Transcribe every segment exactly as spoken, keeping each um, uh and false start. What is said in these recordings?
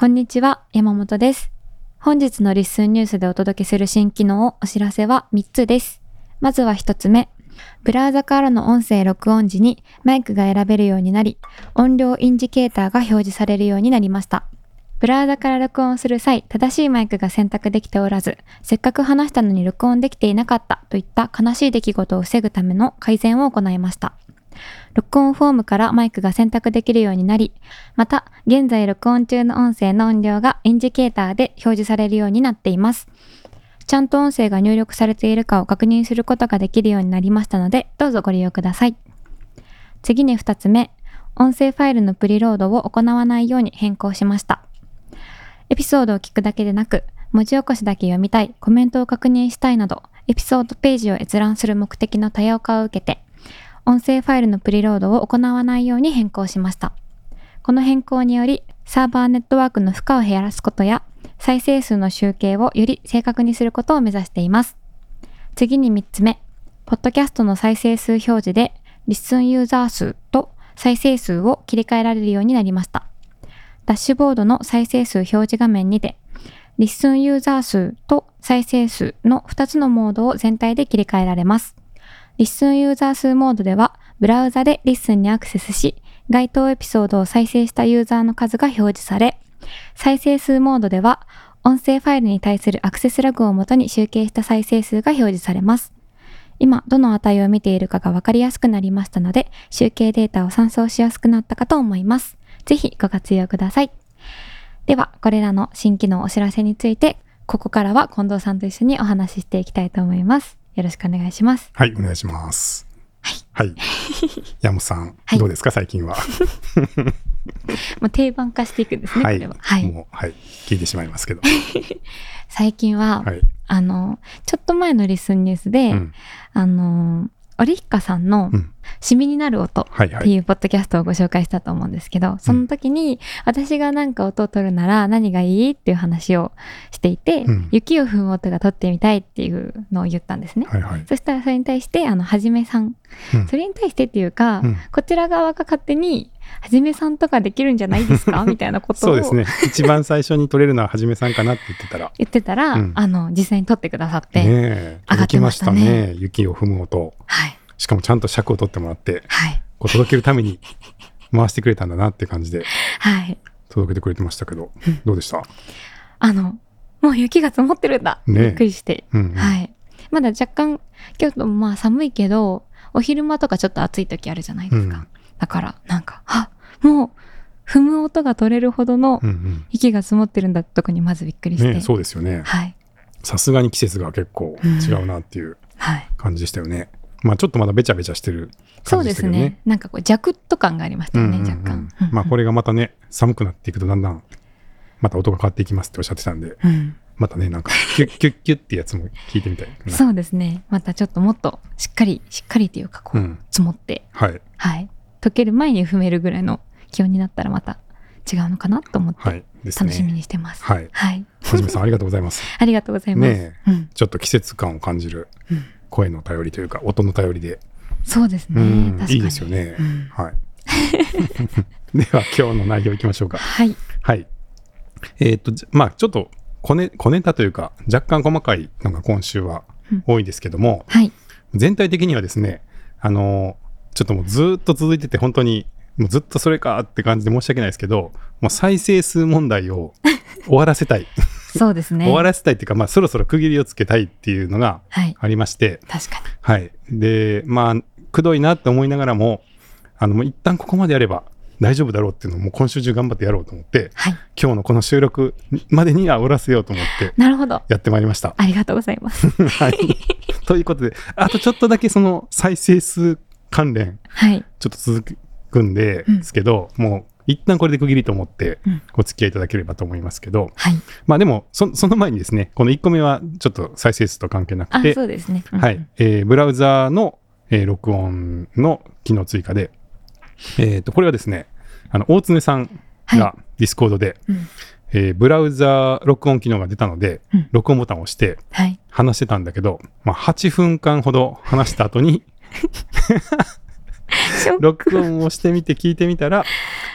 こんにちは、山本です。本日のリッスンニュースでお届けする新機能お知らせはみっつです。まずはひとつめ、ブラウザからの音声録音時にマイクが選べるようになり、音量インジケーターが表示されるようになりました。ブラウザから録音する際、正しいマイクが選択できておらず、せっかく話したのに録音できていなかったといった悲しい出来事を防ぐための改善を行いました。録音フォームからマイクが選択できるようになり、また現在録音中の音声の音量がインジケーターで表示されるようになっています。ちゃんと音声が入力されているかを確認することができるようになりましたので、どうぞご利用ください。次にふたつめ、音声ファイルのプリロードを行わないように変更しました。エピソードを聞くだけでなく、文字起こしだけ読みたい、コメントを確認したいなど、エピソードページを閲覧する目的の多様化を受けて、音声ファイルのプリロードを行わないように変更しました。この変更により、サーバーネットワークの負荷を減らすことや、再生数の集計をより正確にすることを目指しています。次にみっつめ、ポッドキャストの再生数表示で、リッスンユーザー数と再生数を切り替えられるようになりました。ダッシュボードの再生数表示画面にて、リッスンユーザー数と再生数のふたつのモードを全体で切り替えられます。リッスンユーザー数モードでは、ブラウザでリッスンにアクセスし、該当エピソードを再生したユーザーの数が表示され、再生数モードでは、音声ファイルに対するアクセスログをもとに集計した再生数が表示されます。今、どの値を見ているかがわかりやすくなりましたので、集計データを参照しやすくなったかと思います。ぜひご活用ください。では、これらの新機能お知らせについて、ここからは近藤さんと一緒にお話ししていきたいと思います。よろしくお願いします。 はい、お願いします。はい。はい、山本さん、はい、どうですか最近は。 もう定番化していくんですね、 はい、 これは。はい。 もう、はい、聞いてしまいますけど。 最近は、 はい、 あの、ちょっと前のリスンニュースで、うん、あの、オリヒカさんのシミになる音っていうポッドキャストをご紹介したと思うんですけど、はいはい、その時に私がなんか音を取るなら何がいいっていう話をしていて、うん、雪を踏む音が取ってみたいっていうのを言ったんですね、はいはい、そしたらそれに対してあのはじめさん、うん、それに対してっていうか、うん、こちら側が勝手にはじめさんとかできるんじゃないですかみたいなことをそうですね、一番最初に取れるのははじめさんかなって言ってたら言ってたら、うん、あの実際に取ってくださってね上がってましたね。届きましたね、雪を踏む音、はい、しかもちゃんと尺を取ってもらって、はい、こう届けるために回してくれたんだなって感じで、はい、届けてくれてましたけど、うん、どうでした？ あのもう雪が積もってるんだ、ね、びっくりして、うんうん、はい、まだ若干京都もまあ寒いけどお昼間とかちょっと暑い時あるじゃないですか、うん、だからなんかあもう踏む音が取れるほどの雪が積もってるんだってとこにまずびっくりして、 ね、そうですよね、はい、さすがに季節が結構違うなっていう感じでしたよね、うんはい、まあちょっとまだべちゃべちゃしてる感じでしたけどね。そうですね、なんかこうジャクッと感がありましたよね、うんうんうん、若干、うんうん、まあこれがまたね寒くなっていくとだんだんまた音が変わっていきますっておっしゃってたんで、うん、またねなんかキュッキュッキュッってやつも聞いてみたいなそうですね、またちょっともっとしっかりしっかりというかこう、うん、積もって、はいはい、溶ける前に踏めるぐらいの気温になったらまた違うのかなと思って楽しみにしてます。はい、はい、 はじめさんありがとうございますありがとうございます、 ねうん、ちょっと季節感を感じる声の頼りというか音の頼りで、 そうですね、 うん確かにいいですよね、うん、はいでは今日の内容いきましょうか。はい、はい、えー、っとまあちょっと小ネ、小ネタというか若干細かいのが今週は多いですけども、うんはい、全体的にはですねあのちょっともうずっと続いてて本当にもうずっとそれかって感じで申し訳ないですけど、もう再生数問題を終わらせたいそうですね、 終わらせたいっていうか、まあ、そろそろ区切りをつけたいっていうのがありまして、 はい、確かに、 はい、でまあくどいなって思いながらもあのもう一旦ここまでやれば大丈夫だろうっていうのをもう今週中頑張ってやろうと思って、はい、今日のこの収録までには終わらせようと思ってなるほどやってまいりました。 ありがとうございます、 はい、ということであとちょっとだけその再生数関連、はい、ちょっと続くんですけど、うん、もう一旦これで区切りと思ってお付き合いいただければと思いますけど、うんはいまあ、でも そ, その前にですねこのいっこめはちょっと再生数と関係なくて、 あそうですね、うんはいえー、ブラウザーの、えー、録音の機能追加で、えー、とこれはですねあの大常さんがディスコードで、はいうんえー、ブラウザー録音機能が出たので、うん、録音ボタンを押して話してたんだけど、はいまあ、はちふんかんほど話した後に録音をしてみて聞いてみたら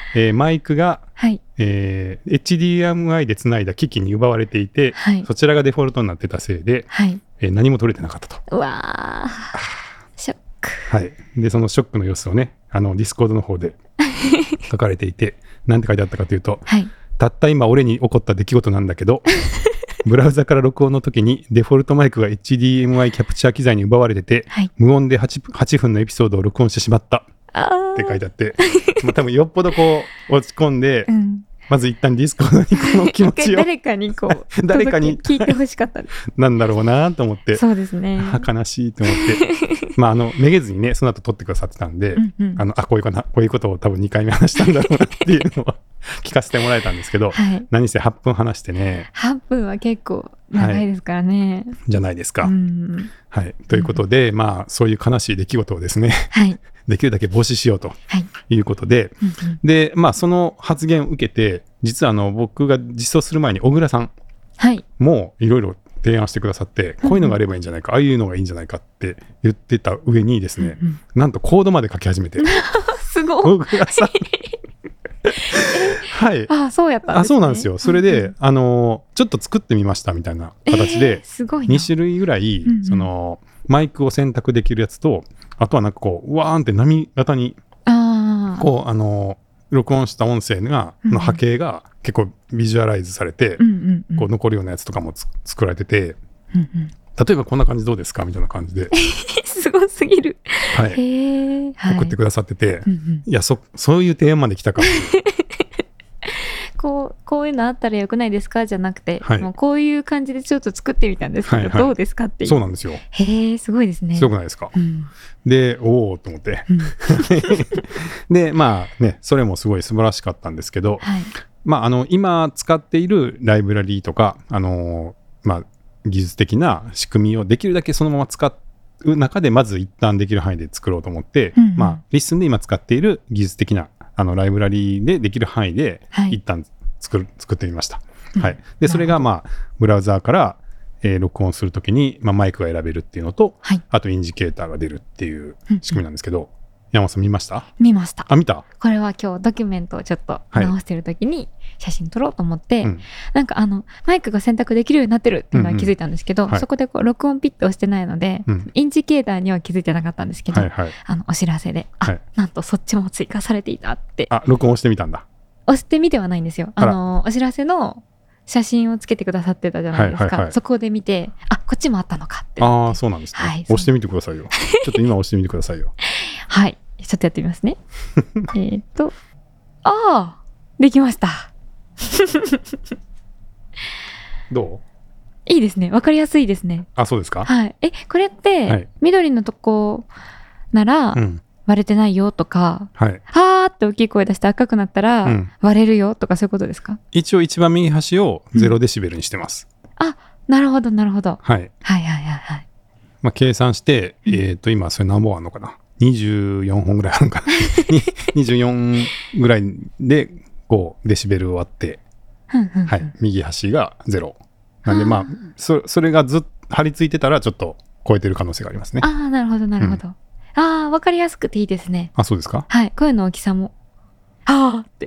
えー、マイクが、 はいえー、エイチディーエムアイ でつないだ機器に奪われていて、はい、そちらがデフォルトになってたせいで、はいえー、何も取れてなかったと。 うわー、ショック。 はい。で、そのショックの様子をね、あのディスコードの方で書かれていて、なんて書いてあったかというと、はい、たった今俺に起こった出来事なんだけど、ブラウザから録音の時にデフォルトマイクが エイチディーエムアイ キャプチャー機材に奪われてて、はい、無音で 8, はちふんのエピソードを録音してしまったって書いてあって、まあ、多分よっぽどこう落ち込んで、うん、まず一旦ディスコードにこの気持ちを誰かにこう誰かに聞いてほしかったなんだろうなと思って、 そうですね、 悲しいと思ってまああのめげずにねその後撮ってくださってたんで、うんうん、あのあこういうかなこういうことを多分にかいめ話したんだろうなっていうのは聞かせてもらえたんですけど、はい、何せはっぷん話してね、 はっぷんは結構長いですからね、 はい、じゃないですか、うんはい、ということで、うん、まあそういう悲しい出来事をですね、はい、できるだけ防止しようということで、はいうんうん、でまあその発言を受けて実はあの僕が実装する前に小倉さんもいろいろ提案してくださって、はい、こういうのがあればいいんじゃないか、うんうん、ああいうのがいいんじゃないかって言ってた上にですね、うんうん、なんとコードまで書き始めてすごい小倉さんはい、 あそうやったんですね。 あそうなんですよ。それで、うんうん、あのちょっと作ってみましたみたいな形で、えー、すごいなに種類ぐらい、うんうん、そのマイクを選択できるやつと、あとはなんかこううわーんって波型にあこうあの録音した音声が、うんうん、の波形が結構ビジュアライズされて、うんうんうん、こう残るようなやつとかもつ作られてて、うんうん、例えばこんな感じどうですかみたいな感じですごすぎる、 はい、へ送ってくださってて、はいうんうん、いや そ, そういう提案まで来たかこう、こういうのあったらよくないですかじゃなくて、はい、もうこういう感じでちょっと作ってみたんですけど、はいはい、どうですかっていう。 そうなんですよ。 へえ、すごいですね。 すごくないですか、うん、でおおと思って、うん、でまあねそれもすごい素晴らしかったんですけど、はいまあ、あの今使っているライブラリーとか、あのーまあ、技術的な仕組みをできるだけそのまま使う中でまず一旦できる範囲で作ろうと思って、うんうんまあ、リッスンで今使っている技術的なあのライブラリーでできる範囲で一旦作る、はい、作ってみました、うんはい、でそれが、まあ、ブラウザーから、えー、録音するときに、まあ、マイクが選べるっていうのと、はい、あとインジケーターが出るっていう仕組みなんですけど、うんうん、山本さん見ました？ 見ました。 あ見た？ これは今日ドキュメントをちょっと直してるときに写真撮ろうと思って、はい、なんかあのマイクが選択できるようになってるっていうのは気づいたんですけど、うんうんはい、そこでこう録音ピッと押してないので、うん、インジケーターには気づいてなかったんですけど、はいはい、あのお知らせであ、はい、なんとそっちも追加されていたって。 あ録音してみたんだ。 押してみてはないんですよ。あのお知らせの写真をつけてくださってたじゃないですか、はいはいはい、そこで見てあこっちもあったのかって。 ああそうなんですね、はい、押してみてくださいよちょっと今押してみてくださいよはいちょっとやってみますねえっとああできましたどう？ いいですね、わかりやすいですね。 あそうですか、 はい、えこれって、はい、緑のとこなら、うん割れてないよとか、はい、はーって大きい声出して赤くなったら、うん、割れるよとかそういうことですか？ 一応一番右端をゼロデシベルにしてます、 うん、あなるほどなるほど、 はい、はいはいはいはい、まあ、計算して、うん、えー、と今それ何本あるのかなにじゅうよんほんぐらいあるのかなにじゅうよんぐらいでごデシベル割ってはい、右端がゼロなんでまあ そ, それがずっと張り付いてたらちょっと超えてる可能性がありますね。 ああなるほどなるほど、うんああ、わかりやすくていいですね。 あ、そうですか？ はい、声の大きさも。はあって。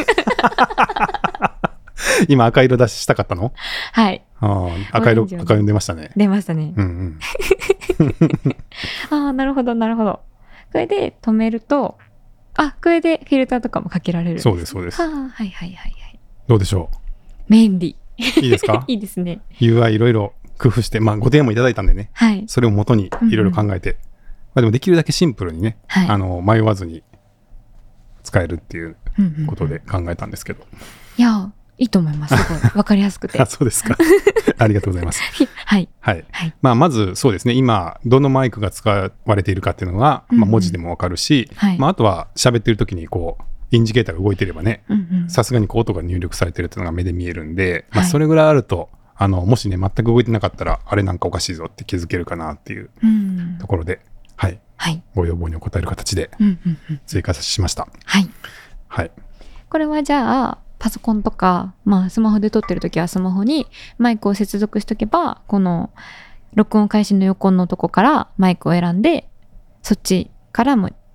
今赤色出ししたかったの？ はい。 あ赤色、赤色出ましたね。 出ましたね。 うんうん。ああ、なるほど、なるほど。これで止めると、あ、これでフィルターとかもかけられるんです。 そうです、そうです。 はあ、はいはいはいはい。 どうでしょう？ 便利。 いいですか？ いいですね。 ユーアイ いろいろ工夫して、まあご提案もいただいたんでね。はい。それを元にいろいろ考えて。うんうんまあ、でもできるだけシンプルにね、はい、あの迷わずに使えるっていうことで考えたんですけど、うんうんうん、 いやいいと思います。すごい分かりやすくてあそうですかありがとうございますはい、 はいはいまあ、まずそうですね今どのマイクが使われているかっていうのが、うんうんまあ、文字でも分かるし、はいまあ、あとは喋ってる時にこうインジケーターが動いてればねさすがにこう音が入力されてるっていうのが目で見えるんで、まあ、それぐらいあると、はいあのもしね全く動いてなかったらあれなんかおかしいぞって気づけるかなっていうところで、うんはいはい、ご要望にお応える形で追加しました、うんうんうん、はい、はい、 これはじゃあパソコンとか、まあ、スマホで撮ってるときはスマホにマイクを接続しとけばこの録音開始の横のとこからマイクを選んでそっちからも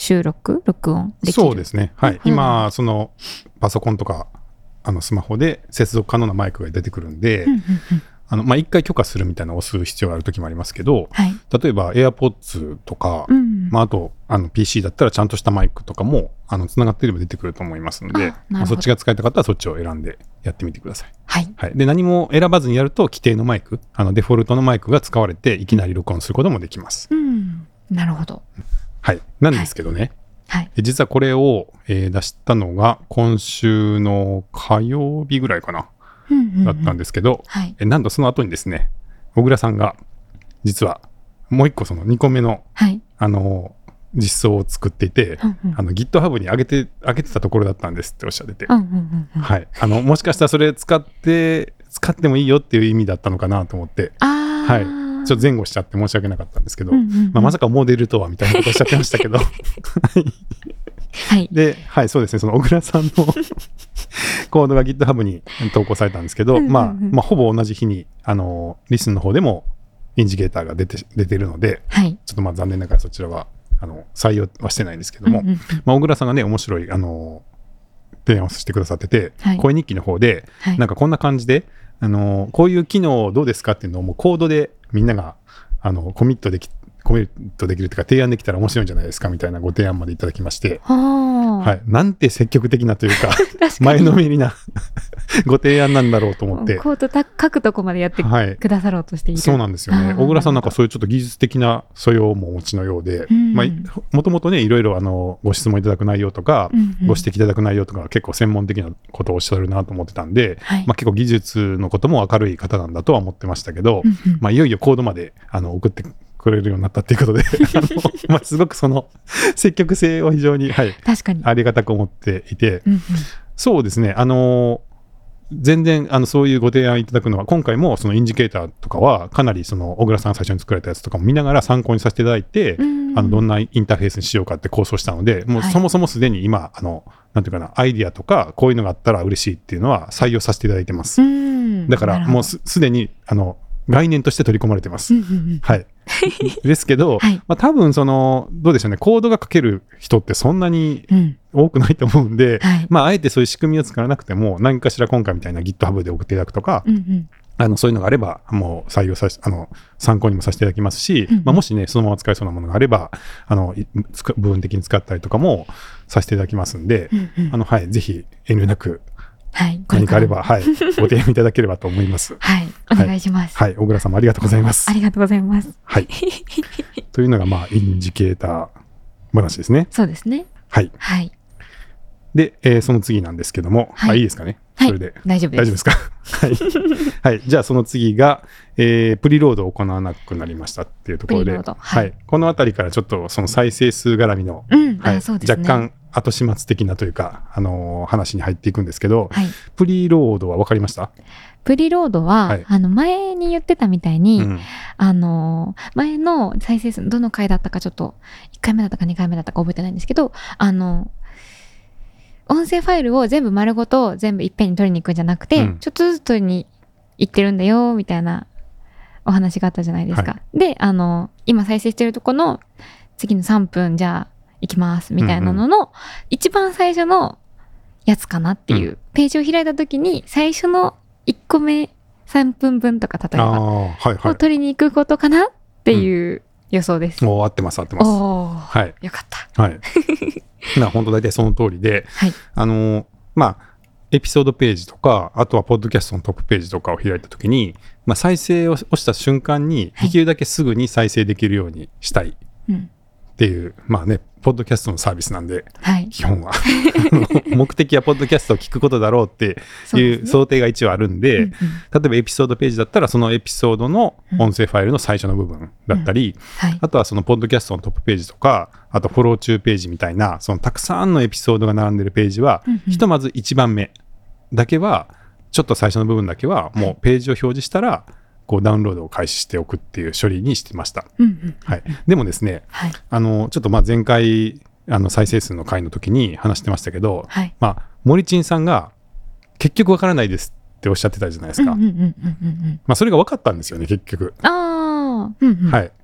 収録録音できる。 そうですね、はい、うん、今そのパソコンとかあのスマホで接続可能なマイクが出てくるんで、うんうんうん、あのまあ、一回許可するみたいなのを押す必要がある時もありますけど、はい、例えば AirPods とか、うんまあ、あとあの ピーシー だったらちゃんとしたマイクとかもあのつながっていれば出てくると思いますので、まあ、そっちが使いたかったらそっちを選んでやってみてください、はいはい、で何も選ばずにやると規定のマイクあのデフォルトのマイクが使われていきなり録音することもできます、 うん、なるほど、 はい、なんですけどね、 はい、 実はこれを、えー、出したのが今週の火曜日ぐらいかな、うんうんうん、だったんですけど、はい、えなんとその後にですね小倉さんが実はもう一個そのにこめの、はい、あの実装を作っていて、うんうん、あの GitHub に上げて上げてたところだったんですっておっしゃってて、うんうんうんはい、あのもしかしたらそれ使って使ってもいいよっていう意味だったのかなと思って、あ、はい、ちょっと前後しちゃって申し訳なかったんですけど、うんうんうんまあ、まさかモデルとはみたいなことおっしゃってましたけどはい、で、はい、そうですねその小倉さんのコードが GitHub に投稿されたんですけど、うんうんうんまあまあ、ほぼ同じ日にあのリスンの方でもインジケーターが出て出てるので、はい、ちょっとまあ残念ながらそちらはあの採用はしてないんですけども、うんうんうんまあ、小倉さんがね面白いあの提案をしてくださってて、はい、声日記の方で、はい、なんかこんな感じであのこういう機能どうですかっていうのをもうコードでみんながあのコミットできコミットできるというか提案できたら面白いんじゃないですかみたいなご提案までいただきまして、はい、なんて積極的なというか前のめりなご提案なんだろうと思ってコード書くとこまでやってくださろうとしている、 はい、そうなんですよね。小倉さんなんかそういうちょっと技術的な素養もお持ちのようで、まあ、もともとねいろいろあのご質問いただく内容とか、うんうん、ご指摘いただく内容とか結構専門的なことをおっしゃるなと思ってたんで、はいまあ、結構技術のことも明るい方なんだとは思ってましたけど、うんうんまあ、いよいよコードまであの送ってくれるようになったっていうことであの、まあ、すごくその積極性を非常に、はい、確かにありがたく思っていて、うんうん、そうですねあの全然あのそういうご提案いただくのは今回もそのインジケーターとかはかなりその小倉さんが最初に作られたやつとかも見ながら参考にさせていただいて、うん、あのどんなインターフェースにしようかって構想したのでもうそもそもすでに今、はい、あのなんていうかなアイディアとかこういうのがあったら嬉しいっていうのは採用させていただいてます。うんだからもう す, すでにあの概念として取り込まれてます、うんうんうん、はいですけど、はいまあ、多分そのどうでしょうねコードが書ける人ってそんなに多くないと思うんで、うんはいまあ、あえてそういう仕組みを使わなくても何かしら今回みたいな GitHub で送っていただくとか、うんうん、あのそういうのがあればもう採用さあの参考にもさせていただきますし、うんうんまあ、もしねそのまま使えそうなものがあればあの部分的に使ったりとかもさせていただきますんで、うんうんあのはい、ぜひ遠慮なくはい、何かあれば、はい、ご提案いただければと思います。 はい、お願いします。 はい、はい、小倉さんもありがとうございます。 ありがとうございます。 はい。というのがまあインジケーター話ですね。 そうですね。 はい。はい。で、えー、その次なんですけども、はい、あいいですかね。 はい、 それで大丈夫です。 大丈夫ですか。はい。はい。じゃあその次が、えー、プリロードを行わなくなりましたっていうところで、はいはい、このあたりからちょっとその再生数絡みの、うんはいそうですね、若干後始末的なというか、あのー、話に入っていくんですけど、はい、プリロードは分かりました？ プリロードは、はい、あの前に言ってたみたいに、うん、あの前の再生数どの回だったかちょっといっかいめだったかにかいめだったか覚えてないんですけど、あの音声ファイルを全部丸ごと全部いっぺんに取りに行くんじゃなくて、うん、ちょっとずつ取りに行ってるんだよみたいなお話があったじゃないですか、はい、であの今再生してるとこの次のさんぷんじゃあ行きますみたいなのの、うんうん、一番最初のやつかなっていう、うん、ページを開いた時に最初のいっこめさんぷんぶんとか例えば、はいはい、を取りに行くことかなっていう予想です、 うん、おー合ってます合ってますおー、はい、よかったはいな本当大体その通りで、はい、あのまあエピソードページとかあとはポッドキャストのトップページとかを開いたときに、まあ、再生を押した瞬間にできるだけすぐに再生できるようにしたいっていう、うん、まあねポッドキャストのサービスなんで、はい、基本は目的はポッドキャストを聞くことだろうっていう想定が一応あるんで、うんうん、例えばエピソードページだったらそのエピソードの音声ファイルの最初の部分だったり、うんはい、あとはそのポッドキャストのトップページとかあとフォロー中ページみたいなそのたくさんのエピソードが並んでるページは、うんうん、ひとまずいちばんめだけはちょっと最初の部分だけはもうページを表示したらこうダウンロードを開始しておくっていう処理にしてました、うんうんはい、でもですね、はい、あのちょっとまあ前回あの再生数の回の時に話してましたけど、はいまあ、森珍さんが結局わからないですっておっしゃってたじゃないですか、うんうんうんうんうん、まあ、それが分かったんですよね結局あ、うんうんはい、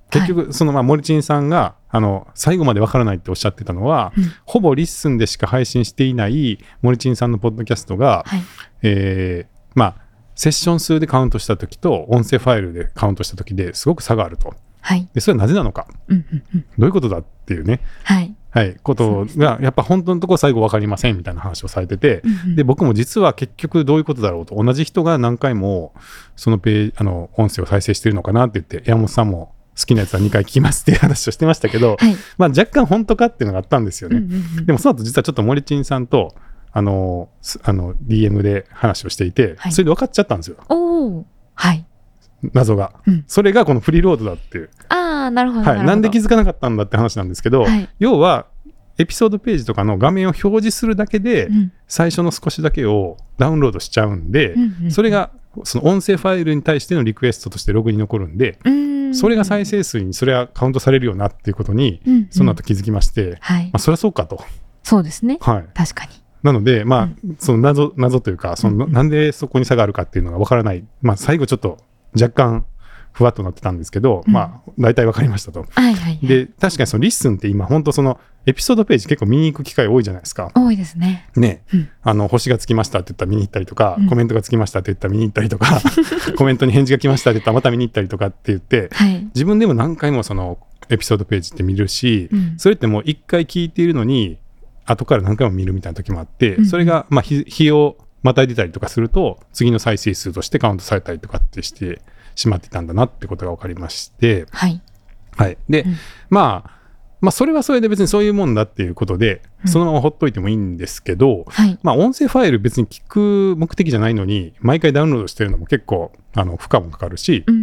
結局そのまあモリチンさんがあの最後までわからないっておっしゃってたのは、うん、ほぼリッスンでしか配信していないモリチンさんのポッドキャストが、はい、えー、まあセッション数でカウントしたときと音声ファイルでカウントしたときですごく差があると、はい、でそれはなぜなのか、うんうんうん、どういうことだっていうね、はいはい、ことがやっぱ本当のところ最後分かりませんみたいな話をされてて、うんうん、で僕も実は結局どういうことだろうと、同じ人が何回もそのページあの音声を再生してるのかなって言って、山本さんも好きなやつはにかい聞きますっていう話をしてましたけど、はい、まあ、若干本当かっていうのがあったんですよね、うんうんうん、でもその後実はちょっとモリチンさんとあのあの ディーエム で話をしていて、はい、それで分かっちゃったんですよ、おー、はい、謎が、うん、それがこのフリーロードだっていう、 あー、なるほど、 はい、なんで気づかなかったんだって話なんですけど、はい、要はエピソードページとかの画面を表示するだけで、うん、最初の少しだけをダウンロードしちゃうんで、うんうんうん、それがその音声ファイルに対してのリクエストとしてログに残るんで、うん、それが再生数にそれはカウントされるよなっていうことに、うんうん、その後気づきまして、はい、まあ、そりゃそうかと。 そうですね、はい、確かに。 なので、まあ、うん、その 謎, 謎というかその、うん、なんでそこに差があるかっていうのが分からない、まあ、最後ちょっと若干ふわっとなってたんですけど、うん、まあ大体分かりましたと、はいはいはい、で確かにそのリッスンって今本当そのエピソードページ結構見に行く機会多いじゃないですか。 多いですね。 ね、うん、あの星がつきましたって言ったら見に行ったりとか、うん、コメントがつきましたって言ったら見に行ったりとかコメントに返事が来ましたって言ったらまた見に行ったりとかって言って、はい、自分でも何回もそのエピソードページって見るし、うん、それってもう一回聞いているのに後から何回も見るみたいな時もあって、うん、それがまあ 日, 日をまたいでたりとかすると次の再生数としてカウントされたりとかってしてしまってたんだなってことが分かりまして、はい、はい、で、うん、まあまあそれはそれで別にそういうもんだっていうことで、うん、そのままほっといてもいいんですけど、はい、まあ音声ファイル別に聞く目的じゃないのに毎回ダウンロードしてるのも結構あの負荷もかかるし、うん、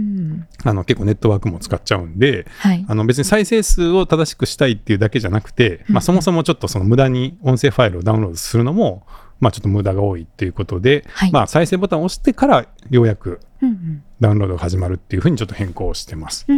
あの結構ネットワークも使っちゃうんで、はい、あの別に再生数を正しくしたいっていうだけじゃなくて、うん、まあ、そもそもちょっとその無駄に音声ファイルをダウンロードするのもまあ、ちょっと無駄が多いっていうことで、はい、まあ、再生ボタンを押してからようやくダウンロードが始まるっていうふうにちょっと変更してます。 うんうん、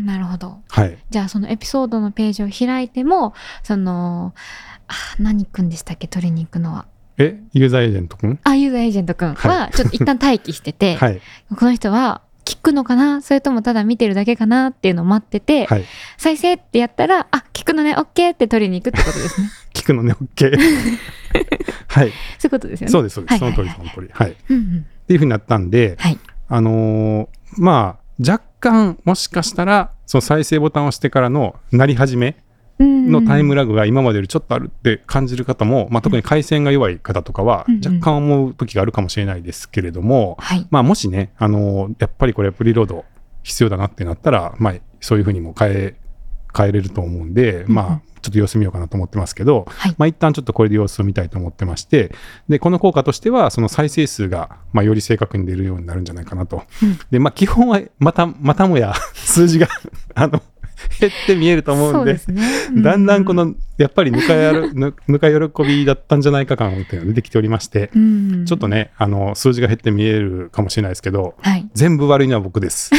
なるほど、はい、じゃあそのエピソードのページを開いてもそのあ何くんでしたっけ取りに行くのはえユーザーエージェントくんあユーザーエージェントくんはちょっと一旦待機してて、はい、この人は聞くのかなそれともただ見てるだけかなっていうのを待ってて、はい、再生ってやったらあ聞くのね OK って取りに行くってことですね聞くのね OK はい、 そういうことですよね。 そうですそうです、はいはいはい、その通りその通り、はい、うんうん、っていうふうになったんで、はい、あのー、まあ若干もしかしたらその再生ボタンを押してからの鳴り始めのタイムラグが今までよりちょっとあるって感じる方も、まあ、特に回線が弱い方とかは若干思う時があるかもしれないですけれども、うんうん、まあ、もしね、あのー、やっぱりこれプリロード必要だなってなったら、まあ、そういうふうにも変え変えれると思うんで、うんうん、まあちょっと様子見ようかなと思ってますけど、はい、まあ、一旦ちょっとこれで様子を見たいと思ってまして、でこの効果としてはその再生数がまあより正確に出るようになるんじゃないかなと、うん、でまあ基本はまたまたもや数字があの減って見えると思うん で, で、ね、うん、だんだんこのやっぱりぬかやるぬか喜びだったんじゃないか感っていうのが出てきておりまして、うん、ちょっとねあの数字が減って見えるかもしれないですけど、はい、全部悪いのは僕です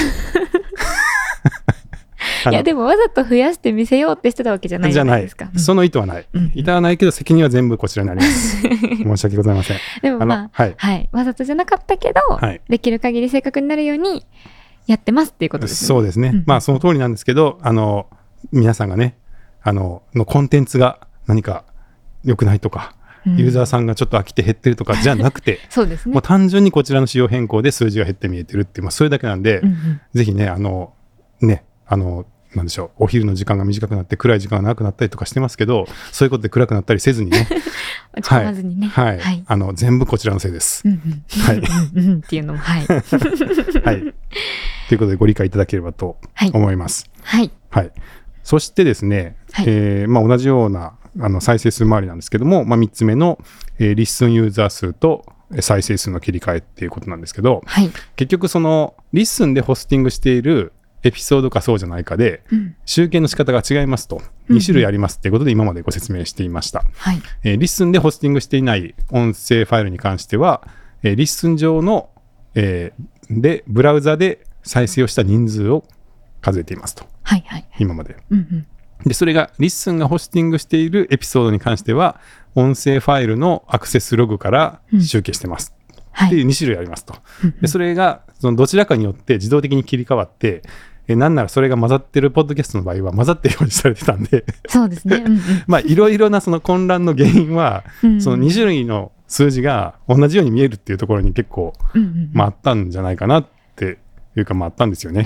いやでもわざと増やして見せようってしてたわけじゃないじゃないですか。 じゃない、うん、その意図はない、うん、意図はないけど責任は全部こちらになります申し訳ございませんでもまあ、はいはい、わざとじゃなかったけど、はい、できる限り正確になるようにやってますっていうことですね。 そうですね、うん、まあその通りなんですけど、あの皆さんがねあののコンテンツが何か良くないとか、うん、ユーザーさんがちょっと飽きて減ってるとかじゃなくてそうですね、 もう単純にこちらの仕様変更で数字が減って見えてるっていう、まあ、それだけなんで、うんうん、ぜひねあのねあのなんでしょう、お昼の時間が短くなって暗い時間が長くなったりとかしてますけど、そういうことで暗くなったりせずにね落ち込まずにね、 はいはいはい、あの全部こちらのせいです、うんうん、はいうんうんっていうのもはい、はい、ということでご理解いただければと思います、 はいはい、 そしてですね、はい、えーまあ、同じようなあの再生数周りなんですけども、まあ、みっつめの、えー、リッスンユーザー数と再生数の切り替えっていうことなんですけど、はい、結局そのリッスンでホスティングしているエピソードかそうじゃないかで、うん、集計の仕方が違いますと、に種類ありますっていうことで今までご説明していました、はい、えー、リッスンでホスティングしていない音声ファイルに関しては、えー、リッスン上の、えー、でブラウザで再生をした人数を数えていますと、はいはいはい、今まで、うんうん、でそれがリッスンがホスティングしているエピソードに関しては音声ファイルのアクセスログから集計してます、うん、っていうに種類ありますと、はい、でそれがそのどちらかによって自動的に切り替わって、 えなんならそれが混ざってるポッドキャストの場合は混ざって表示されてたんでそうですね、うんうん、 まあいろいろなその混乱の原因は、うん、そのに種類の数字が同じように見えるっていうところに結構、うんうん、まああったんじゃないかなっていうかまああったんですよね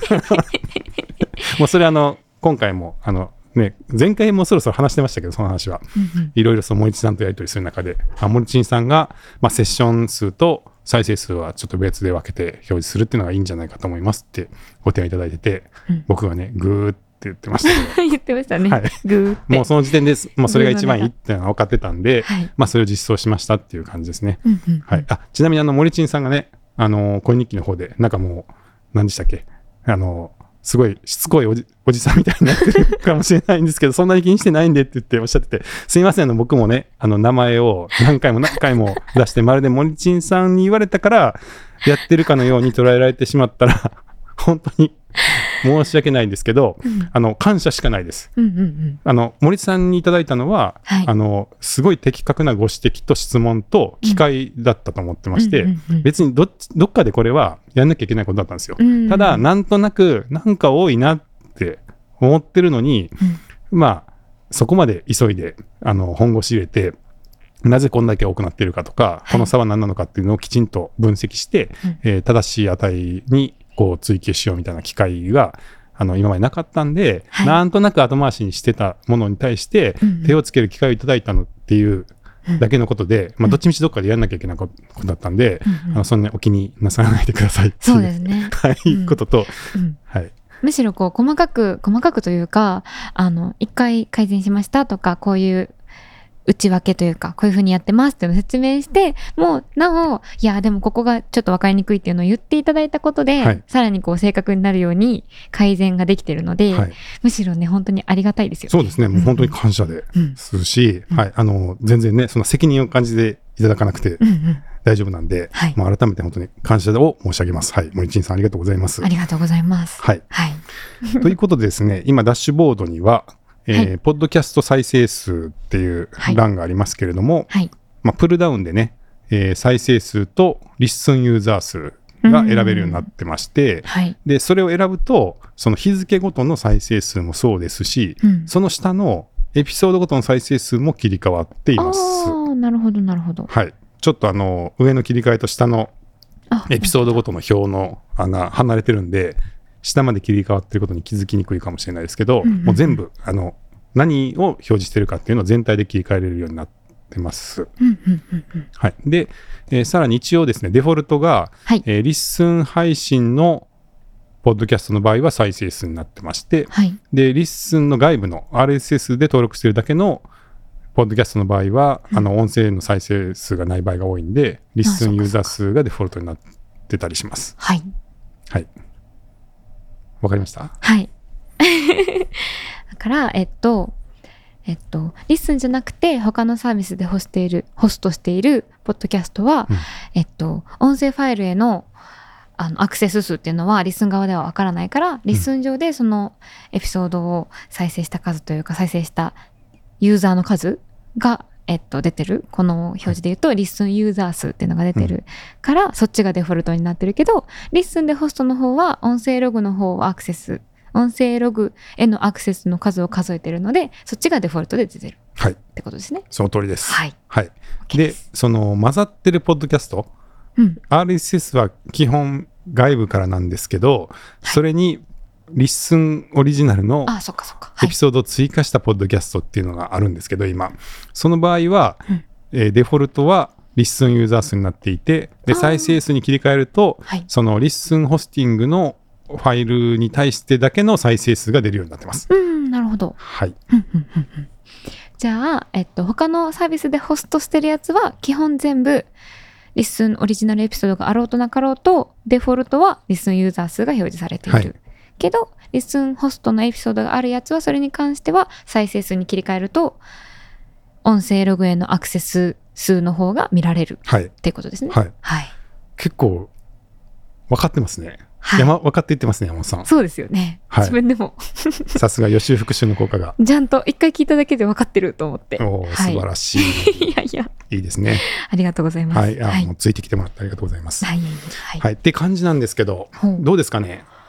もうそれあの今回もあのね、前回もそろそろ話してましたけどその話はいろいろその森地さんとやり取りする中であ森地さんが、まあ、セッション数と再生数はちょっと別で分けて表示するっていうのがいいんじゃないかと思いますってご提案いただいてて、うん、僕がねグーって言ってましたけど言ってましたね、 はい、 グーってもうその時点でもうそれが一番いいっていうのは分かってたんで、はい、まあ、それを実装しましたっていう感じですね、うんうんうん、はい、あちなみにあの森地さんがねあの恋日記の方でなんかもう何でしたっけあのすごいしつこいお じ, おじさんみたいになってるかもしれないんですけどそんなに気にしてないんでって言っておっしゃっててすいませんあの僕もねあの名前を何回も何回も出してまるで森珍さんに言われたからやってるかのように捉えられてしまったら本当に申し訳ないんですけど、うん、あの感謝しかないです、うんうんうん、あの森さんにいただいたのは、はい、あのすごい的確なご指摘と質問と機会だったと思ってまして、うんうんうんうん、別に ど, どっかでこれはやんなきゃいけないことだったんですよ、うんうん、ただなんとなくなんか多いなって思ってるのに、うん、まあそこまで急いであの本腰入れてなぜこんだけ多くなっているかとか、はい、この差は何なのかっていうのをきちんと分析して、うんえー、正しい値にこう追求しようみたいな機会があの今までなかったんで、はい、なんとなく後回しにしてたものに対して手をつける機会をいただいたのっていうだけのことで、うんまあ、どっちみちどっかでやんなきゃいけないことだったんで、うんうん、あのそんなお気になさらないでくださいっていうそうですね、 はい、うん、ことと、 うんはい、むしろこう細かく細かくというかあの一回改善しましたとかこういう内訳というかこういう風にやってますっていうのを説明してもうなおいやでもここがちょっと分かりにくいっていうのを言っていただいたことで、はい、さらにこう正確になるように改善ができているので、はい、むしろね本当にありがたいですよね。 そうですねもう本当に感謝ですし、うんはい、あの全然ねその責任を感じていただかなくて大丈夫なんで、はいまあ、改めて本当に感謝を申し上げます。はい、森珍さんありがとうございます。 ありがとうございます。 はい、はい、ということでですね今ダッシュボードにはえーはい、ポッドキャスト再生数っていう欄がありますけれども、はいまあ、プルダウンでね、えー、再生数とリッスンユーザー数が選べるようになってまして、はい、でそれを選ぶとその日付ごとの再生数もそうですし、うん、その下のエピソードごとの再生数も切り替わっています。 あなるほどなるほど、 はい、ちょっとあの上の切り替えと下のエピソードごとの表の穴離れてるんで下まで切り替わっていることに気づきにくいかもしれないですけど、うんうんうん、もう全部あの何を表示しているかっていうのを全体で切り替えれるようになってます、うんうんうんうんはい、で、えー、さらに一応ですねデフォルトが、はいえー、リッスン配信のポッドキャストの場合は再生数になってまして、はい、でリッスンの外部の アールエスエス で登録しているだけのポッドキャストの場合は、うん、あの音声の再生数がない場合が多いんでリッスンユーザー数がデフォルトになってたりします。 はいはいわかりました？ はいだからえっとえっとリッスンじゃなくて他のサービスでホストしているホストしているポッドキャストは、うん、えっと音声ファイルへのあのアクセス数っていうのはリッスン側ではわからないからリッスン上でそのエピソードを再生した数というか再生したユーザーの数がえっと、出てるこの表示で言うと、はい、リッスンユーザー数っていうのが出てるから、うん、そっちがデフォルトになってるけどリッスンでホストの方は音声ログの方をアクセス音声ログへのアクセスの数を数えてるのでそっちがデフォルトで出てる、はい、ってことですね。 その通りです。はい、はい、でその混ざってるポッドキャスト、うん、アールエスエス は基本外部からなんですけど、はい、それにリッスンオリジナルのエピソードを追加したポッドキャストっていうのがあるんですけど今その場合は、うんえー、デフォルトはリッスンユーザー数になっていてで再生数に切り替えると、はい、そのリッスンホスティングのファイルに対してだけの再生数が出るようになってます。 うんなるほど、 はい、 じゃあ、えっと、他のサービスでホストしてるやつは基本全部リッスンオリジナルエピソードがあろうとなかろうとデフォルトはリッスンユーザー数が表示されている、はいけどリッスンホストのエピソードがあるやつはそれに関しては再生数に切り替えると音声ログへのアクセス数の方が見られる、はい、っていうことですね。はいはい、 結構分かってますね。はい、山分かっていってますね山本さん。 そうですよね、はい、自分でもさすが予習復習の効果がちゃんと一回聞いただけで分かってると思ってお、はい、素晴らしいいやいやいいですね。 ありがとうございます。 はい、あ、はい、もうついてきてもらってありがとうございます。はい、はいはい、って感じなんですけどどうですかね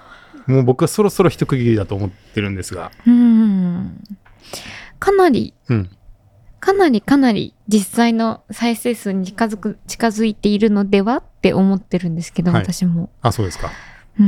もう僕はそろそろ一区切りだと思ってるんですが。 うん。かなり、 うん、 かなりかなり実際の再生数に近づく、近づいているのではって思ってるんですけど、はい、私も。 あ、そうですか。 うん。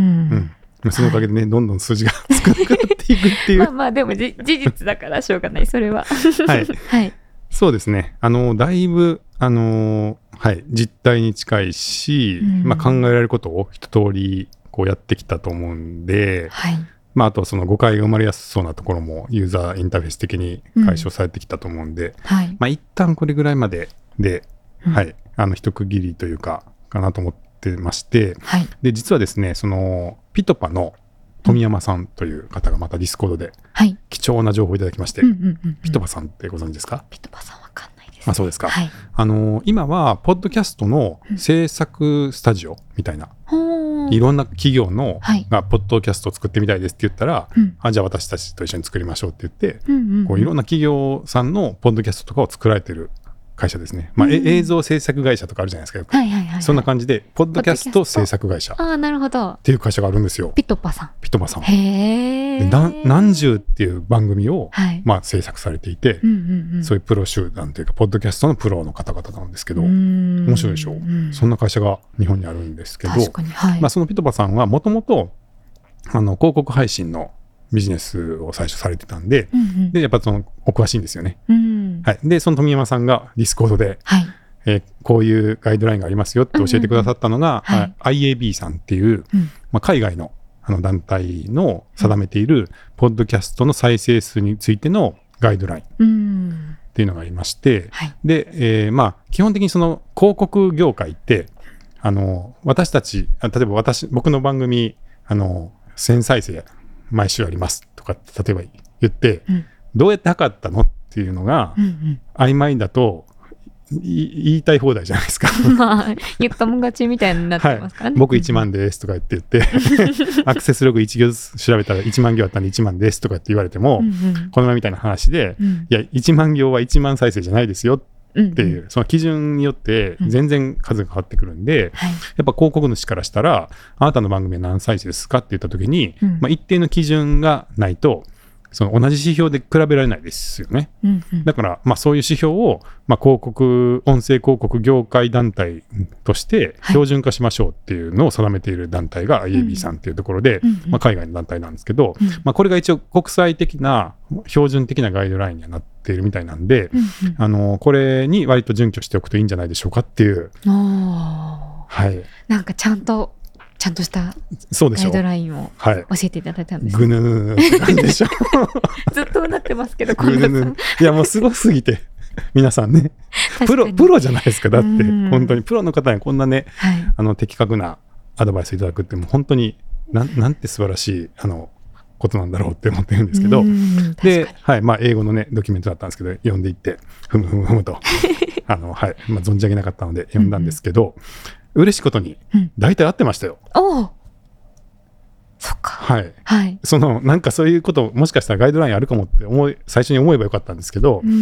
うん、そのおかげでね、はい、どんどん数字が少なくなっていくっていう。 まあまあ、でもじ事実だからしょうがない、それは。 はい。 はい。 そうですね。あの、だいぶ、あの、はい、実態に近いし、うん、まあ、考えられることを一通りこうやってきたと思うんで、 はい、 まあ、あとはその誤解が生まれやすそうなところもユーザーインターフェース的に解消されてきたと思うんで、 うん、はい、 まあ、一旦これぐらいまでで、うん、はい、あの一区切りというかかなと思ってまして、 はい、 で実はですね、そのピトパの富山さんという方がまたディスコードで貴重な情報をいただきまして、はい、ピトパさんってご存知ですか？ ピトパさんわかんないです、ね。 あ、そうですか。 はい、 あの今はポッドキャストの制作スタジオみたいな、うん、いろんな企業の、はい、がポッドキャストを作ってみたいですって言ったら、うん、あじゃあ私たちと一緒に作りましょうって言って、うんうんうん、こういろんな企業さんのポッドキャストとかを作られてる会社ですね。まあ、うん、映像制作会社とかあるじゃないですか。よく、はいはいはいはい、そんな感じでポッドキャスト制作会社っていう会社があるんですよ。 ピトパさん。 ピトパさん。 へー。 で何十っていう番組を、はい、まあ、制作されていて、 うんうんうん、 そういうプロ集団というかポッドキャストのプロの方々なんですけど、面白いでしょう、うん、そんな会社が日本にあるんですけど、 確かに、はい、 まあ、そのピトパさんはもともと広告配信のビジネスを最初されてたんで、うんうん、でやっぱそのお詳しいんですよね、うんはい、でその富山さんがディスコードで、はいえー、こういうガイドラインがありますよって教えてくださったのが、うんうんうん、アイエービー さんっていう、うんまあ、海外のあの団体の定めているポッドキャストの再生数についてのガイドラインっていうのがありまして、うんはい、で、えー、まあ基本的にその広告業界ってあの私たち例えば私僕の番組あのせん再生毎週ありますとか例えば言って、うん、どうやって測ったのっていうのが、うんうん、曖昧だと言いたい放題じゃないですかまあ言ったもん勝ちみたいになってますからね、 はい、僕いちまんですとか言って言ってアクセスログいち行調べたらいちまん行あったんでいちまんですとかって言われても、うんうん、この前みたいな話で、うん、いやいちまん行はいちまん再生じゃないですよっていう、うんうん、その基準によって全然数が変わってくるんで、うんはい、やっぱ広告主からしたらあなたの番組は何再生ですかって言った時に、うんまあ、一定の基準がないとその同じ指標で比べられないですよね、うんうん、だから、まあ、そういう指標を、まあ、広告音声広告業界団体として標準化しましょうっていうのを定めている団体が アイエービー さんっていうところで、うんまあ、海外の団体なんですけど、うんまあ、これが一応国際的な標準的なガイドラインにはなっているみたいなんで、うんうん、あのこれに割と準拠しておくといいんじゃないでしょうかっていう、 はい、なんかちゃんとちゃんとしたガイドラインを教えていただいたんです、 ね、はい、ぐぬぬって感じでしょずっとなってますけどぐぬぬいやもうすごすぎて皆さんねプロプロじゃないですか。だって本当にプロの方にこんなね、はい、あの的確なアドバイスいただくってもう本当に な, なんて素晴らしいあのことなんだろうって思ってるんですけど、で、はいまあ、英語のねドキュメントだったんですけど読んでいってふむふむふむとあの、はいまあ、存じ上げなかったので読んだんですけど、うん嬉しいことに大体合ってましたよ、 うん、おそっか、 はいはい、 そのなんかそういうこともしかしたらガイドラインあるかもって思い最初に思えばよかったんですけど、うん、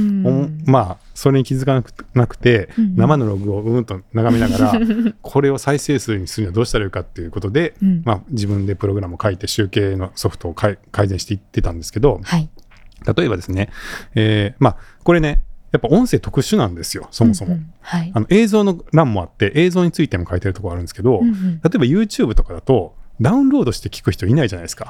まあそれに気づかな く, なくて、うん、生のログをうんと眺めながらこれを再生数にするにはどうしたらいいかっていうことで、うんまあ、自分でプログラムを書いて集計のソフトを改善していってたんですけど、はい、例えばですね、えー、まあこれねやっぱ音声特殊なんですよそもそも、うんうんはい、あの映像の欄もあって映像についても書いてるところあるんですけど、うんうん、例えば YouTube とかだとダウンロードして聞く人いないじゃないですか、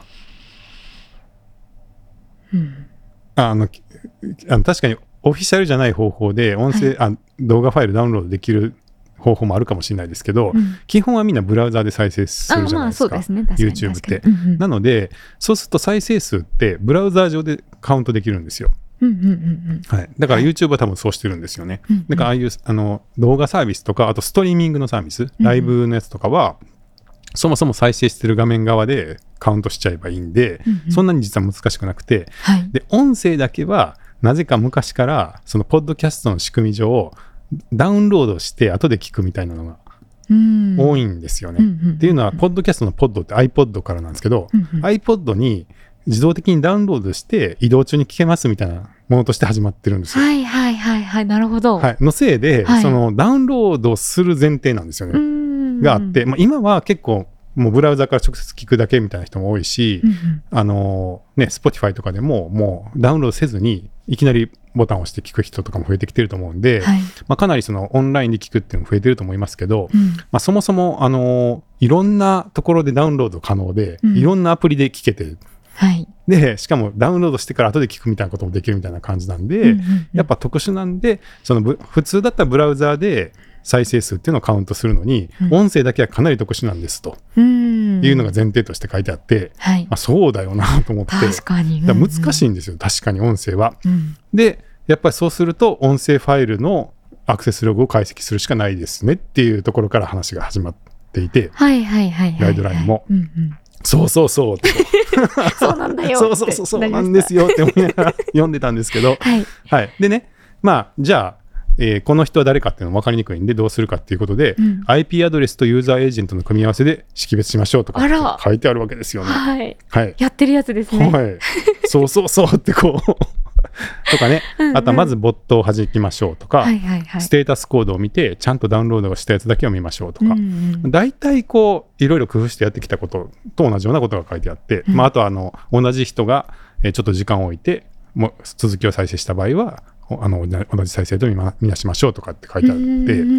うん、あのあの確かにオフィシャルじゃない方法で音声、はい、あ動画ファイルダウンロードできる方法もあるかもしれないですけど、うん、基本はみんなブラウザーで再生するじゃないですか、 まあそうですね、 YouTube って、うんうん、なのでそうすると再生数ってブラウザー上でカウントできるんですよ、うんうんうんうんはい、だから YouTube は多分そうしてるんですよね、はい、だからああいうあの動画サービスとかあとストリーミングのサービスライブのやつとかは、うんうん、そもそも再生してる画面側でカウントしちゃえばいいんで、うんうん、そんなに実は難しくなくて、はい、で音声だけはなぜか昔からそのポッドキャストの仕組み上ダウンロードして後で聞くみたいなのが多いんですよね、うんうんうんうん、っていうのはポッドキャストのポッドって iPod からなんですけど、うんうん、iPod に自動的にダウンロードして移動中に聞けますみたいなものとして始まってるんですよ。 はいはいはいはい、なるほど。 はい、のせいで、はい、そのダウンロードする前提なんですよね。があって、まあ、今は結構もうブラウザから直接聞くだけみたいな人も多いし、 うんうん、 あのね、Spotify とかでももうダウンロードせずにいきなりボタンを押して聞く人とかも増えてきてると思うんで、はい、まあ、かなりそのオンラインで聞くっていうのも増えてると思いますけど、うん、まあ、そもそもあのいろんなところでダウンロード可能で、うん、いろんなアプリで聞けて、はい、でしかもダウンロードしてから後で聞くみたいなこともできるみたいな感じなんで、うんうんうん、やっぱ特殊なんで、その普通だったらブラウザーで再生数っていうのをカウントするのに、うん、音声だけはかなり特殊なんですと、うん、いうのが前提として書いてあって、はい、まあ、そうだよなと思って、 確かに、うんうん、 だから難しいんですよ、確かに音声は、うん、でやっぱりそうすると音声ファイルのアクセスログを解析するしかないですねっていうところから話が始まっていて、 はいはいはいはいはい、 ガイドラインも、うんうん、そうそうそうってそうなんだよそうそうそうそうなんですよって思いながら読んでたんですけど、はいはい、でね、まあじゃあえー、この人は誰かっていうの分かりにくいんでどうするかっていうことで、うん、アイピー アドレスとユーザーエージェントの組み合わせで識別しましょうとか書いてあるわけですよね。 はいはい、やってるやつですね。 はい、そうそうそうってこうとかね、うんうん、あとはまずボットを弾きましょうとか、はいはいはい、ステータスコードを見てちゃんとダウンロードしたやつだけを見ましょうとか、うんうん、大体こういろいろ工夫してやってきたことと同じようなことが書いてあって、うん、まあ、あとはあの同じ人が、えー、ちょっと時間を置いてもう続きを再生した場合はあの同じ再生と見なしましょうとかって書いてあって、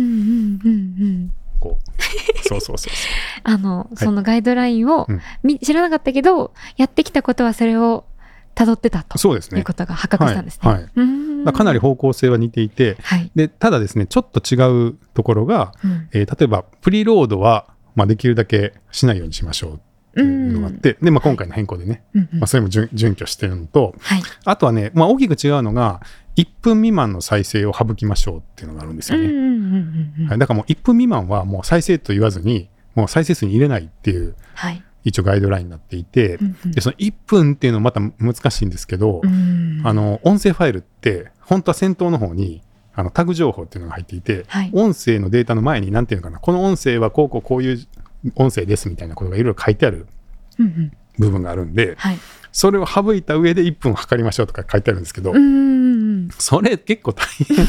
こうそうそうそうそうあの、はい、そのガイドラインを、うん、知らなかったけどやってきたことはそれを辿ってたと、そうですね、いうことが発覚したんですね。 はいはい、うんかなり方向性は似ていて、はい、でただですねちょっと違うところが、うん、えー、例えばプリロードは、まあ、できるだけしないようにしましょうっていうのがあって、で、まあ、今回の変更でね、はい、まあ、それも準拠してるのと、はい、あとはね、まあ、大きく違うのがいっぷん未満の再生を省きましょうっていうのがあるんですよね。だからもういっぷん未満はもう再生と言わずにもう再生数に入れないっていう、はい、一応ガイドラインになっていて、うんうん、でそのいっぷんっていうのもまた難しいんですけど、うん、あの音声ファイルって本当は先頭の方にあのタグ情報っていうのが入っていて、はい、音声のデータの前に何ていうのかな、この音声はこうこうこういう音声ですみたいなことがいろいろ書いてある部分があるんで、うんうん、はい、それを省いた上でいっぷん測りましょうとか書いてあるんですけど、うん、それ結構大変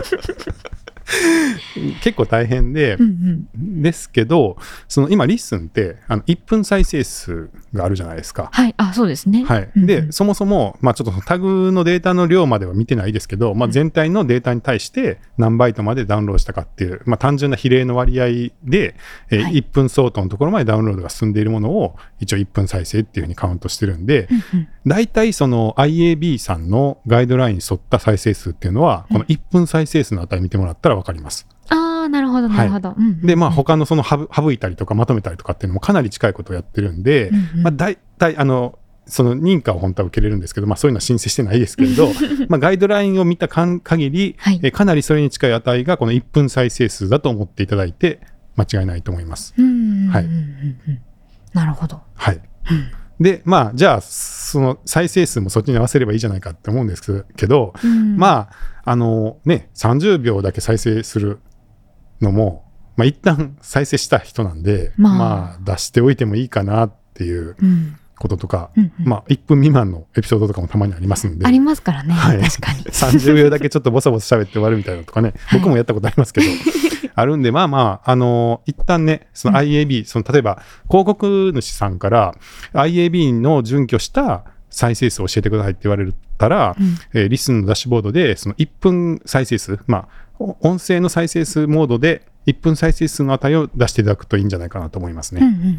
結構大変で、うんうん、ですけどその今リッスンってあのいっぷん再生数があるじゃないですか。 はい、あ、そうですね。 はい、で、うんうん、そもそも、まあ、ちょっとタグのデータの量までは見てないですけど、まあ、全体のデータに対して何バイトまでダウンロードしたかっていう、まあ、単純な比例の割合で、えーはい、いっぷん相当のところまでダウンロードが進んでいるものを一応いっぷん再生っていうふうにカウントしてるんで、うんうん、だいたいその アイエービー さんのガイドラインに沿った再生数っていうのは、うん、このいっぷん再生数の値見てもらったら分かります。 ああ、なるほどなるほど。はい、うんうんうん、 でまあ他のその省いたりとかまとめたりとかっていうのもかなり近いことをやってるんで、うんうん、まあ大体あのその認可を本当は受けれるんですけど、まあそういうのは申請してないですけれどまあガイドラインを見た限り、はい、えかなりそれに近い値がこのいっぷん再生数だと思っていただいて間違いないと思います。うんうん、はい、 なるほど。 はい、うん、でまあじゃあその再生数もそっちに合わせればいいじゃないかって思うんですけど、うん、まああのねさんじゅうびょうだけ再生するのも、まあ、一旦再生した人なんで、まあ、まあ出しておいてもいいかなっていうこととか、うんうん、まあいっぷん未満のエピソードとかもたまにありますんで、 ありますからね、はい、確かにさんじゅうびょうだけちょっとボソボソ喋って終わるみたいなのとかね、はい、僕もやったことありますけどあるんで、まあまああの一旦ねその アイエービー、うん、その例えば広告主さんから アイエービー の準拠した再生数を教えてくださいって言われたら、うん、えー、リスンのダッシュボードでそのいっぷん再生数、まあ音声の再生数モードでいっぷん再生数の値を出していただくといいんじゃないかなと思いますね。うんうんうんうん、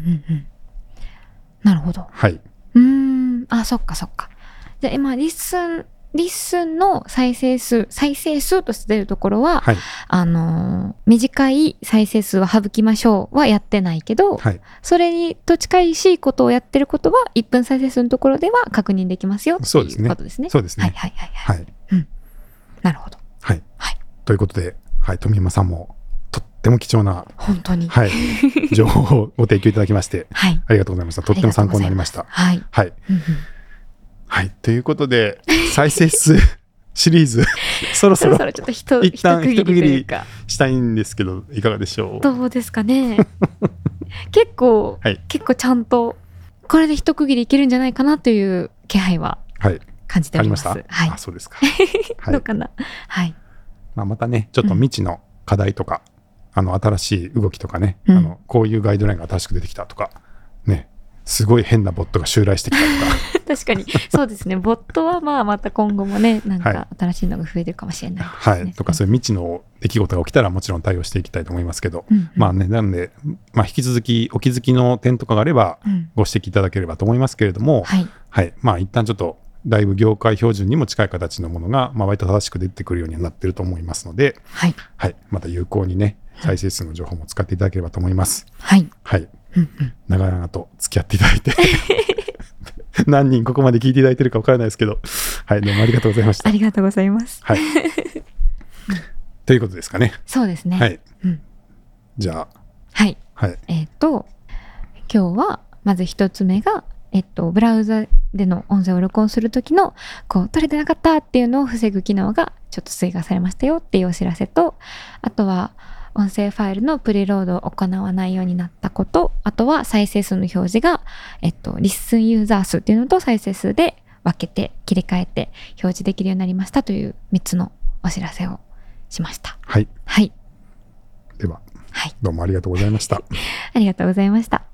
なるほど。 はい。 うーん、あ、そっかそっか。じゃあ今リッスンリッスンの再生数再生数として出るところは、はい、あのー、短い再生数は省きましょうはやってないけど、はい、それにと近しいことをやってることはいっぷん再生数のところでは確認できますよっていうことですね。 そうですね。 はいはいはいはい。はい、うん、なるほど。 はい。はい。ということで、はい、富山さんもとっても貴重な本当に、 はい、情報をご提供いただきまして、はい、ありがとうございました。とっても参考になりました。 はい、 はい、はい、ということで再生数シリーズそろそろちょっと一一旦一区切りしたいんですけどいかがでしょう。 どうですかね結構、はい、結構ちゃんとこれで一区切りいけるんじゃないかなという気配は感じております。はい、ありました。 はい、あ、そうですか。 はい、どうかな。はい。 まあ、またねちょっと未知の課題とか、うん、あの新しい動きとかね、うん、あのこういうガイドラインが新しく出てきたとかすごい変なボットが襲来してきたとか確かにそうですね。ボットはまあまた今後もね、なんか新しいのが増えてるかもしれないですね。 はい、はい、とかそういう未知の出来事が起きたらもちろん対応していきたいと思いますけど、うんうん、まあね、なので、まあ、引き続きお気づきの点とかがあればご指摘いただければと思いますけれども、うん、はい、はい、まあ一旦ちょっとだいぶ業界標準にも近い形のものが、まあ、割と正しく出てくるようになっていると思いますので、はい、はい、また有効にね、再生数の情報も使っていただければと思います。はい、はい、うんうん、長々と付き合っていただいて何人ここまで聞いていただいてるか分からないですけど、はい、どうもありがとうございました。 ありがとうございます。 はい、ということですかね。 そうですね。 はい、うん、じゃあ、 はい、はい、えっと今日はまず一つ目が、えっと、ブラウザでの音声を録音するときのこう取れてなかったっていうのを防ぐ機能がちょっと追加されましたよっていうお知らせと、あとは音声ファイルのプリロードを行わないようになったこと、あとは再生数の表示が、えっと、リッスンユーザー数っていうのと再生数で分けて切り替えて表示できるようになりましたというみっつのお知らせをしました。 はい、 はい、 では、はい、どうもありがとうございました。 ありがとうございました。